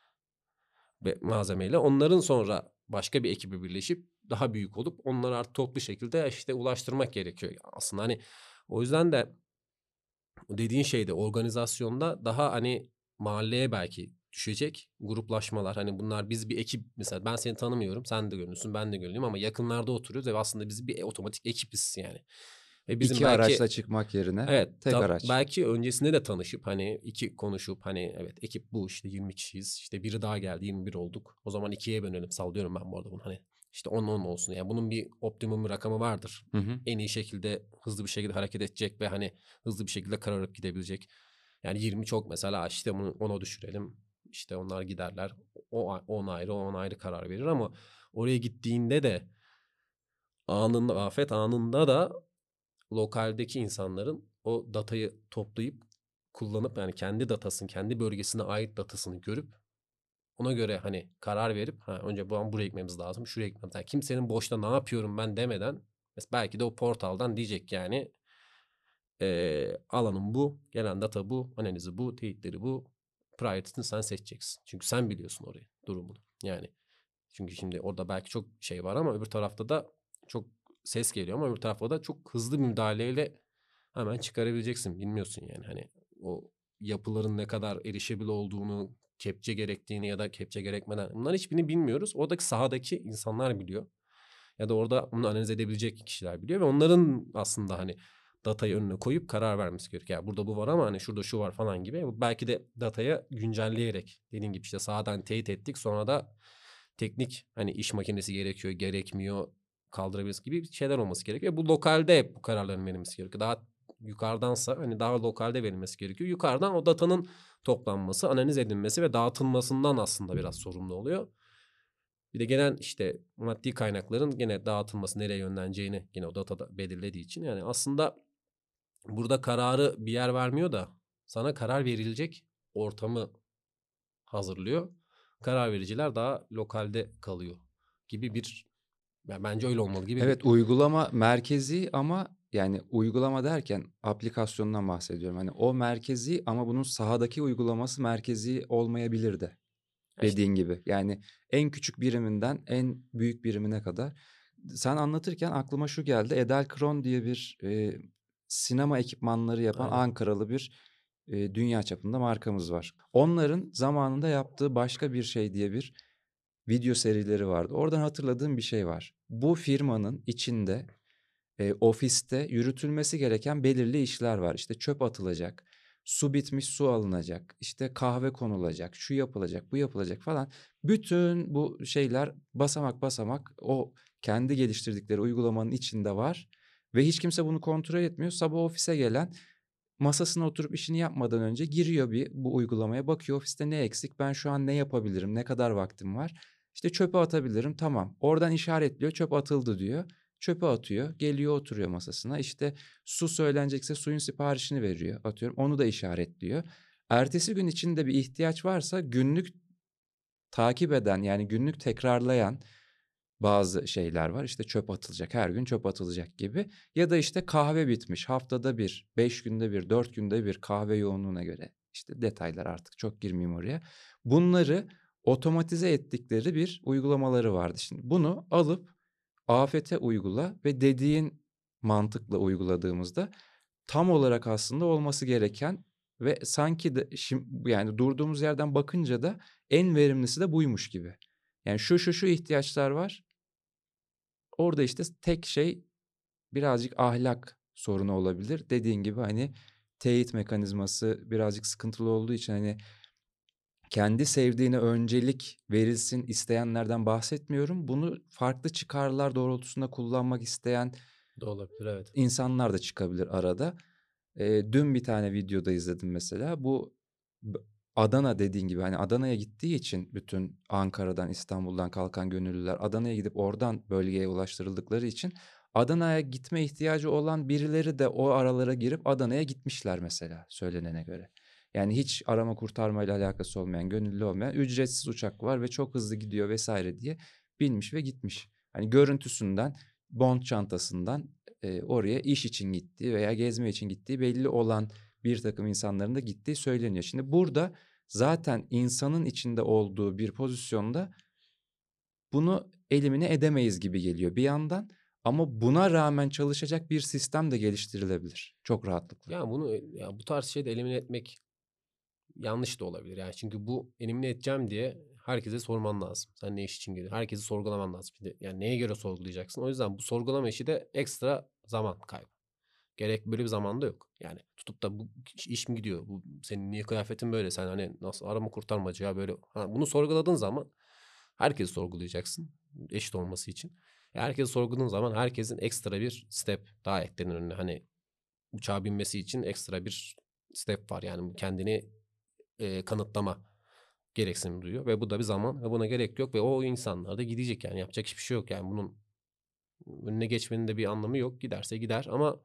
ve malzemeyle. Onların sonra başka bir ekibi birleşip daha büyük olup onları artık toplu şekilde işte ulaştırmak gerekiyor. Aslında hani o yüzden de dediğin şeyde organizasyonda daha hani mahalleye belki düşecek gruplaşmalar. Hani bunlar biz bir ekip mesela ben seni tanımıyorum. Sen de gönüllüsün ben de gönüllüyüm ama yakınlarda oturuyoruz ve aslında biz bir otomatik ekibiz yani. Ve bizim İki belki araçla çıkmak yerine evet tek ta- araç. belki öncesinde de tanışıp hani iki konuşup hani evet ekip bu işte yirmi kişiyiz. İşte biri daha geldi yirmi bir olduk. O zaman ikiye bölelim. Sallıyorum ben bu arada bunu hani işte on on olsun. Yani bunun bir optimum bir rakamı vardır. Hı hı. En iyi şekilde hızlı bir şekilde hareket edecek ve hani hızlı bir şekilde karar alıp gidebilecek. Yani yirmi çok mesela işte bunu ona düşürelim. İşte onlar giderler. O on ayrı o on ayrı karar verir ama oraya gittiğinde de anında afet anında da lokaldeki insanların o datayı toplayıp kullanıp yani kendi datasını, kendi bölgesine ait datasını görüp ona göre hani karar verip ha önce bu an buraya gitmemiz lazım, şuraya gitmemiz lazım. Yani kimsenin boşta ne yapıyorum ben demeden mes- belki de o portaldan diyecek yani eee alanın bu, gelen data bu, analizi bu, teyitleri bu. Priority'sini sen seçeceksin. Çünkü sen biliyorsun orayı, durumunu. Yani çünkü şimdi orada belki çok şey var ama öbür tarafta da çok ses geliyor ama öbür tarafta da çok hızlı bir müdahaleyle hemen çıkarabileceksin. Bilmiyorsun yani hani o yapıların ne kadar erişebilir olduğunu, kepçe gerektiğini ya da kepçe gerekmeden bunların hiçbirini bilmiyoruz. Oradaki sahadaki insanlar biliyor. Ya da orada bunu analiz edebilecek kişiler biliyor ve onların aslında hani datayı önüne koyup karar vermesi gerekiyor. Ya burada bu var ama hani şurada şu var falan gibi. Belki de dataya güncelleyerek dediğin gibi işte sahadan teyit ettik sonra da teknik hani iş makinesi gerekiyor, gerekmiyor, kaldırabiliriz gibi şeyler olması gerekiyor. Bu lokalde hep bu kararların verilmesi gerekiyor. Daha yukarıdansa hani daha lokalde verilmesi gerekiyor. Yukarıdan o datanın toplanması, analiz edilmesi ve dağıtılmasından aslında biraz sorumlu oluyor. Bir de gelen işte maddi kaynakların gene dağıtılması nereye yönleneceğini gene o datada belirlediği için yani aslında burada kararı bir yer vermiyor da sana karar verilecek ortamı hazırlıyor. Karar vericiler daha lokalde kalıyor gibi bir yani bence öyle olmalı gibi bir Evet, uygulama merkezi ama yani uygulama derken aplikasyondan bahsediyorum. Hani o merkezi ama bunun sahadaki uygulaması merkezi olmayabilir de. işte Dediğin gibi. Yani en küçük biriminden en büyük birimine kadar. Sen anlatırken aklıma şu geldi. Edelkron diye bir e, sinema ekipmanları yapan aynen. Ankaralı bir e, dünya çapında markamız var. Onların zamanında yaptığı başka bir şey diye bir video serileri vardı. Oradan hatırladığım bir şey var. Bu firmanın içinde e, ofiste yürütülmesi gereken belirli işler var. İşte çöp atılacak, su bitmiş su alınacak, işte kahve konulacak, şu yapılacak, bu yapılacak falan. Bütün bu şeyler basamak basamak o kendi geliştirdikleri uygulamanın içinde var. Ve hiç kimse bunu kontrol etmiyor. Sabah ofise gelen masasına oturup işini yapmadan önce giriyor bir bu uygulamaya bakıyor ofiste ne eksik ben şu an ne yapabilirim ne kadar vaktim var işte çöpe atabilirim tamam oradan işaretliyor çöp atıldı diyor çöpe atıyor geliyor oturuyor masasına işte su söylenecekse suyun siparişini veriyor atıyorum onu da işaretliyor. Ertesi gün içinde bir ihtiyaç varsa günlük takip eden yani günlük tekrarlayan bazı şeyler var. İşte çöp atılacak, her gün çöp atılacak gibi. Ya da işte kahve bitmiş, haftada bir, beş günde bir, dört günde bir kahve yoğunluğuna göre. İşte detaylar artık çok girmeyeyim oraya. Bunları otomatize ettikleri bir uygulamaları vardı. Şimdi bunu alıp afete uygula ve dediğin mantıkla uyguladığımızda tam olarak aslında olması gereken ve sanki de şimdi yani durduğumuz yerden bakınca da en verimlisi de buymuş gibi. Yani şu şu şu ihtiyaçlar var. Orada işte tek şey birazcık ahlak sorunu olabilir. Dediğin gibi hani teyit mekanizması birazcık sıkıntılı olduğu için hani kendi sevdiğine öncelik verilsin isteyenlerden bahsetmiyorum. Bunu farklı çıkarlar doğrultusunda kullanmak isteyen De olabilir evet. insanlar da çıkabilir arada. Eee, dün bir tane videoda izledim mesela. Bu b- Adana dediğin gibi hani Adana'ya gittiği için bütün Ankara'dan İstanbul'dan kalkan gönüllüler Adana'ya gidip oradan bölgeye ulaştırıldıkları için Adana'ya gitme ihtiyacı olan birileri de o aralara girip Adana'ya gitmişler mesela söylenene göre. Yani hiç arama kurtarmayla alakası olmayan, gönüllü olmayan ücretsiz uçak var ve çok hızlı gidiyor vesaire diye binmiş ve gitmiş. Hani görüntüsünden, bond çantasından e, oraya iş için gittiği veya gezme için gittiği belli olan bir takım insanların da gittiği söyleniyor. Şimdi burada zaten insanın içinde olduğu bir pozisyonda bunu elimine edemeyiz gibi geliyor bir yandan. Ama buna rağmen çalışacak bir sistem de geliştirilebilir çok rahatlıkla. Ya bunu ya bu tarz şeyi de elimine etmek yanlış da olabilir. Yani çünkü bu elimine edeceğim diye herkese sorman lazım. Sen ne iş için geliyorsun? Herkesi sorgulaman lazım. Bir de yani neye göre sorgulayacaksın? O yüzden bu sorgulama işi de ekstra zaman kaybı. Gerek böyle bir zamanda yok. Yani tutup da bu iş mi gidiyor? Bu senin niye kıyafetin böyle? Sen hani nasıl arama kurtarmacı ya böyle. Ha, bunu sorguladığın zaman herkesi sorgulayacaksın eşit olması için. E, herkesi sorguladığın zaman herkesin ekstra bir step daha eklenir önüne. Hani uçağa binmesi için ekstra bir step var. Yani kendini e, kanıtlama gereksinimi duyuyor ve bu da bir zaman ve buna gerek yok ve o insanlar da gidecek yani yapacak hiçbir şey yok yani bunun önüne geçmenin de bir anlamı yok. Giderse gider ama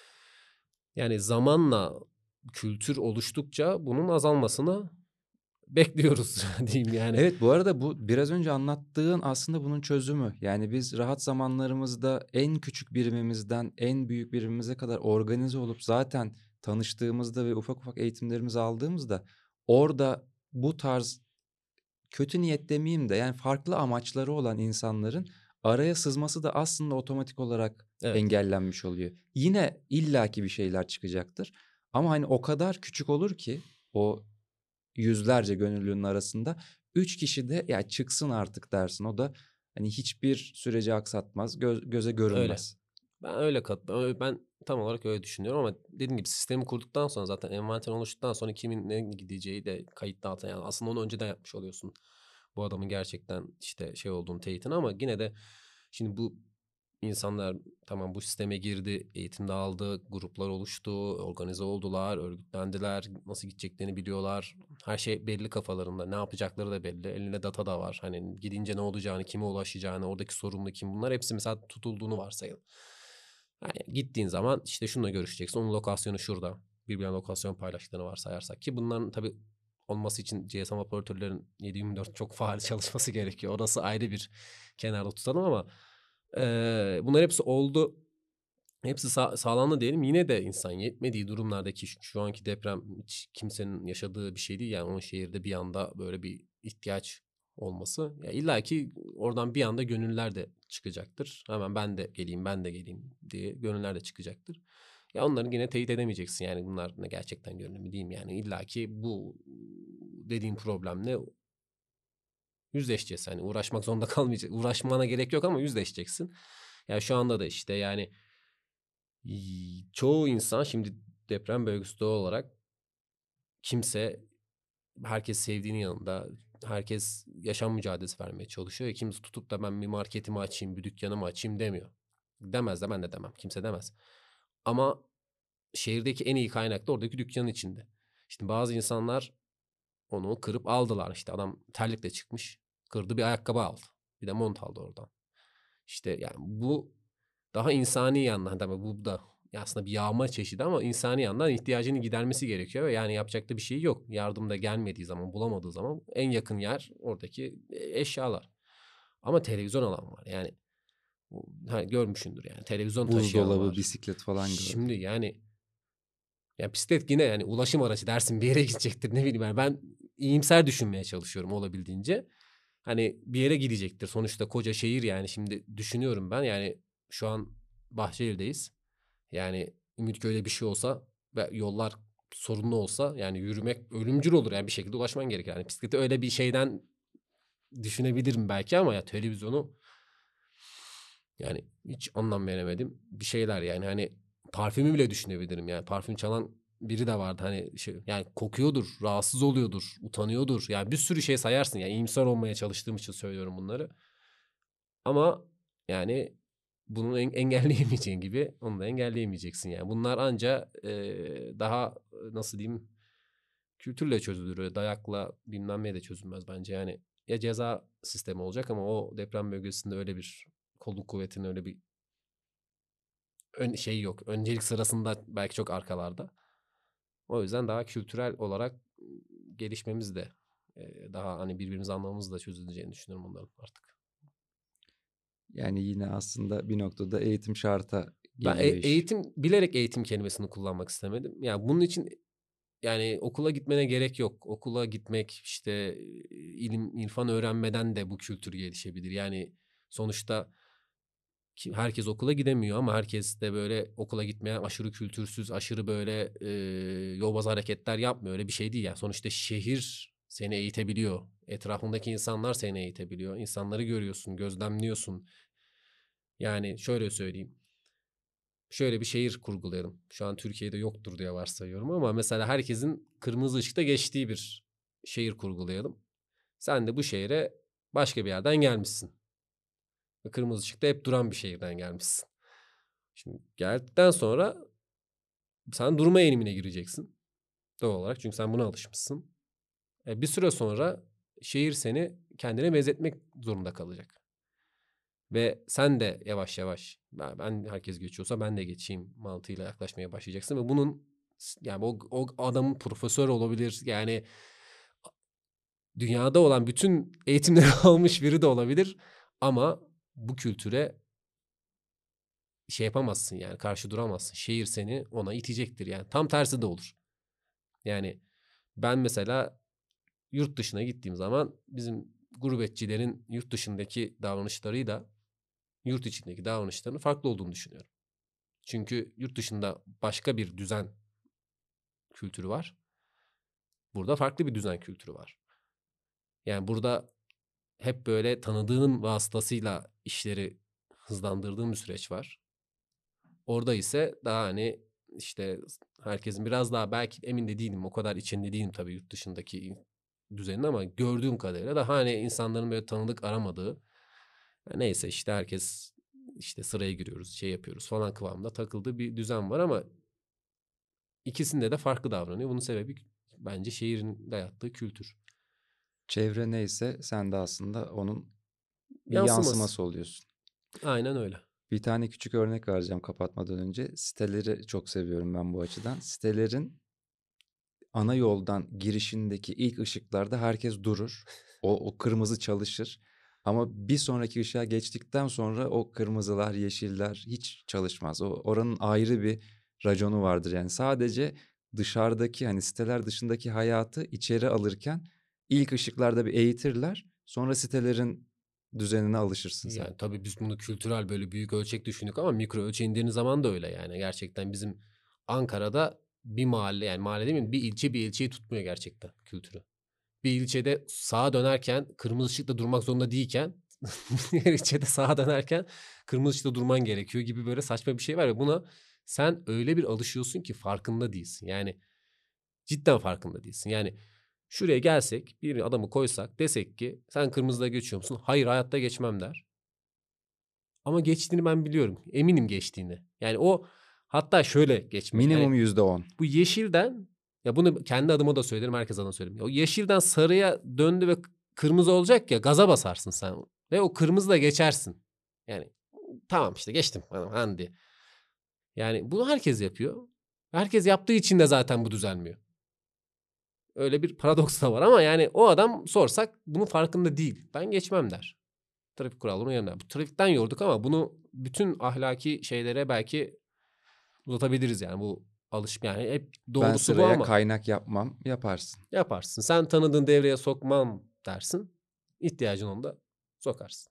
yani zamanla kültür oluştukça bunun azalmasını bekliyoruz diyeyim yani. Evet, bu arada bu biraz önce anlattığın aslında bunun çözümü. Yani biz rahat zamanlarımızda en küçük birimimizden en büyük birimimize kadar organize olup zaten tanıştığımızda ve ufak ufak eğitimlerimizi aldığımızda orada bu tarz kötü niyet demeyeyim de yani farklı amaçları olan insanların araya sızması da aslında otomatik olarak Evet, engellenmiş oluyor. Yine illaki bir şeyler çıkacaktır ama hani o kadar küçük olur ki o yüzlerce gönüllünün arasında üç kişi de ya çıksın artık dersin. O da hani hiçbir süreci aksatmaz, göz, göze öyle. görünmez. Ben öyle kat ben ben tam olarak öyle düşünüyorum ama dediğim gibi sistemi kurduktan sonra zaten envanter oluştuktan sonra kimin ne gideceği de kayıtlı altına yani aslında onu önceden yapmış oluyorsun. Bu adamın gerçekten işte şey olduğunu teyitini ama yine de şimdi bu insanlar tamam bu sisteme girdi, eğitimde aldı, gruplar oluştu, organize oldular, örgütlendiler, nasıl gideceklerini biliyorlar. Her şey belli kafalarında, ne yapacakları da belli, elinde data da var. Hani gidince ne olacağını, kime ulaşacağını, oradaki sorumlu kim bunlar hepsi mesela tutulduğunu varsayalım. Yani gittiğin zaman işte şununla görüşeceksin. Onun lokasyonu şurada. Birbirine lokasyon paylaştığını varsayarsak ki bunların tabii olması için G S M operatörlerin yedi yirmi dört çok faal çalışması gerekiyor. Orası ayrı bir kenarda tutalım ama eee bunlar hepsi oldu. Hepsi sağ, sağlandı diyelim. Yine de insan yetmediği durumlardaki şu, şu anki deprem hiç kimsenin yaşadığı bir şey değil. Yani o şehirde bir anda böyle bir ihtiyaç olması. Ya illa ki oradan bir anda gönüller de çıkacaktır. Hemen ben de geleyim, ben de geleyim diye gönüller de çıkacaktır. Ya onları yine teyit edemeyeceksin. Yani bunlar ne gerçekten gönüllü mü diyeyim. Yani illa ki bu dediğim problemle yüzleşeceğiz. Hani uğraşmak zorunda kalmayacak. Uğraşmana gerek yok ama yüzleşeceksin. Ya şu anda da işte yani y- çoğu insan şimdi deprem bölgesi doğal olarak kimse herkes sevdiğinin yanında herkes yaşam mücadelesi vermeye çalışıyor. E kimse tutup da ben bir marketimi açayım, bir dükkanımı açayım demiyor. Demez de ben de demem. Kimse demez. Ama şehirdeki en iyi kaynak da oradaki dükkanın içinde. Şimdi bazı insanlar onu kırıp aldılar. İşte adam terlikle çıkmış. Kırdı bir ayakkabı aldı. Bir de mont aldı oradan. İşte yani bu daha insani yandan tabii bu da aslında bir yağma çeşidi ama insani yandan ihtiyacını gidermesi gerekiyor ve yani yapacak da bir şey yok. Yardım da gelmediği zaman, bulamadığı zaman en yakın yer oradaki eşyalar. Ama televizyon alan var. Yani ha, görmüşsündür yani televizyon taşıyan Buzdolabı, var. bisiklet falan gördüm. Şimdi yani ya bisiklet yine yani ulaşım aracı dersin bir yere gidecektir ne bileyim yani ben iyimser düşünmeye çalışıyorum olabildiğince. Hani bir yere gidecektir. Sonuçta koca şehir yani şimdi düşünüyorum ben yani şu an Bahçeli'deyiz. Yani Ümitköy'de bir şey olsa ve yollar sorunlu olsa yani yürümek ölümcül olur yani bir şekilde ulaşman gerekir. Yani bisikleti öyle bir şeyden düşünebilirim belki ama ya televizyonu yani hiç anlam veremedim. Bir şeyler yani hani parfümü bile düşünebilirim yani parfüm çalan biri de vardı hani şey yani kokuyordur, rahatsız oluyordur, utanıyordur. Yani bir sürü şey sayarsın yani iyimser olmaya çalıştığım için söylüyorum bunları. Ama yani bunu en- engelleyemeyeceğin gibi onu da engelleyemeyeceksin yani. Bunlar anca eee, daha nasıl diyeyim kültürle çözülür. Dayakla bilmem ne de çözülmez bence. Yani ya ceza sistemi olacak ama o deprem bölgesinde öyle bir kolluk kuvvetinin öyle bir ön, şey yok. Öncelik sırasında belki çok arkalarda. O yüzden daha kültürel olarak gelişmemiz de eee, daha hani birbirimizi anlamamız da çözüleceğini düşünüyorum onların artık. Yani yine aslında bir noktada eğitim şarta Ben e- geliyor iş. eğitim bilerek eğitim kelimesini kullanmak istemedim. Yani bunun için yani okula gitmene gerek yok. Okula gitmek işte e, ilim irfan öğrenmeden de bu kültür gelişebilir. Yani sonuçta ki- herkes okula gidemiyor ama herkes de böyle okula gitmeyen aşırı kültürsüz, aşırı böyle e, yobaz hareketler yapmıyor. Öyle bir şey değil yani. Sonuçta şehir seni eğitebiliyor. Etrafındaki insanlar seni eğitebiliyor. İnsanları görüyorsun, gözlemliyorsun. Yani şöyle söyleyeyim. şöyle bir şehir kurgulayalım. Şu an Türkiye'de yoktur diye varsayıyorum ama mesela herkesin kırmızı ışıkta geçtiği bir şehir kurgulayalım. Sen de bu şehre başka bir yerden gelmişsin. Ve kırmızı ışıkta hep duran bir şehirden gelmişsin. Şimdi geldikten sonra sen durma eğilimine gireceksin. Doğal olarak, çünkü sen buna alışmışsın. E, bir süre sonra şehir seni kendine benzetmek zorunda kalacak. Ve sen de yavaş yavaş ben, ben herkes geçiyorsa ben de geçeyim mantığıyla yaklaşmaya başlayacaksın ve bunun yani o, o adamın profesör olabilir, yani dünyada olan bütün eğitimleri almış biri de olabilir ama bu kültüre şey yapamazsın, yani karşı duramazsın. Şehir seni ona itecektir, yani tam tersi de olur. Yani ben mesela yurt dışına gittiğim zaman bizim gurbetçilerin yurt dışındaki davranışlarıyla yurt içindeki davranışlarının farklı olduğunu düşünüyorum. Çünkü yurt dışında başka bir düzen kültürü var. Burada farklı bir düzen kültürü var. Yani burada hep böyle tanıdığın vasıtasıyla işleri hızlandırdığın bir süreç var. Orada ise daha hani işte herkesin biraz daha, belki emin de değilim, o kadar içinde değilim tabii yurt dışındaki düzenin, ama gördüğüm kadarıyla daha hani insanların böyle tanıdık aramadığı, neyse işte herkes işte sıraya giriyoruz, şey yapıyoruz falan kıvamında takıldığı bir düzen var ama ikisinde de farklı davranıyor. Bunun sebebi bence şehrin dayattığı kültür. Çevre neyse sen de aslında onun bir Yansıması. yansıması oluyorsun. Aynen öyle. Bir tane küçük örnek vereceğim kapatmadan önce. Siteleri çok seviyorum ben bu açıdan. Sitelerin ana yoldan girişindeki ilk ışıklarda herkes durur. O, o kırmızı çalışır. Ama bir sonraki ışığa geçtikten sonra o kırmızılar, yeşiller hiç çalışmaz. O oranın ayrı bir raconu vardır. Yani sadece dışarıdaki, hani siteler dışındaki hayatı içeri alırken ilk ışıklarda bir eğitirler. Sonra sitelerin düzenine alışırsın sen. Yani tabii biz bunu kültürel böyle büyük ölçek düşündük ama mikro ölçeğe indiğiniz zaman da öyle yani. Gerçekten bizim Ankara'da bir mahalle, yani mahalle değil mi? Bir ilçe bir ilçeyi tutmuyor gerçekten kültürü. Bir ilçede sağa dönerken kırmızı ışıkta durmak zorunda değilken diğer ilçede sağa dönerken kırmızı ışıkta durman gerekiyor gibi böyle saçma bir şey var ya, buna sen öyle bir alışıyorsun ki farkında değilsin. Yani cidden farkında değilsin. Yani şuraya gelsek, bir adamı koysak, desek ki sen kırmızıda geçiyor musun? Hayır, hayatta geçmem der. Ama geçtiğini ben biliyorum. Eminim geçtiğini. Yani o, hatta şöyle geçmek. Yani Minimum yüzde on. bu yeşilden, ya bunu kendi adıma da söylerim, herkes adına söylerim. O yeşilden sarıya döndü ve kırmızı olacak ya, gaza basarsın sen. Ve o kırmızı da geçersin. Yani tamam işte geçtim. Hadi. Yani bunu herkes yapıyor. Herkes yaptığı için de zaten bu düzelmiyor. Öyle bir paradoks da var ama yani o adam sorsak bunun farkında değil. Ben geçmem der. Trafik kurallarına uyarım der. Bu trafikten yorduk ama bunu bütün ahlaki şeylere belki uzatabiliriz yani, bu alışma, yani hep Ben doğrusu bu sıraya ama kaynak yapmam, yaparsın. yaparsın. Sen tanıdığın devreye sokmam dersin. İhtiyacın onda sokarsın.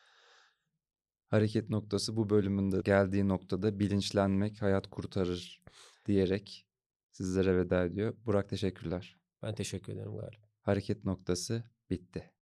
Hareket noktası bu bölümünde geldiği noktada bilinçlenmek hayat kurtarır diyerek sizlere veda ediyor. Burak teşekkürler. Ben teşekkür ederim galiba. Hareket noktası bitti.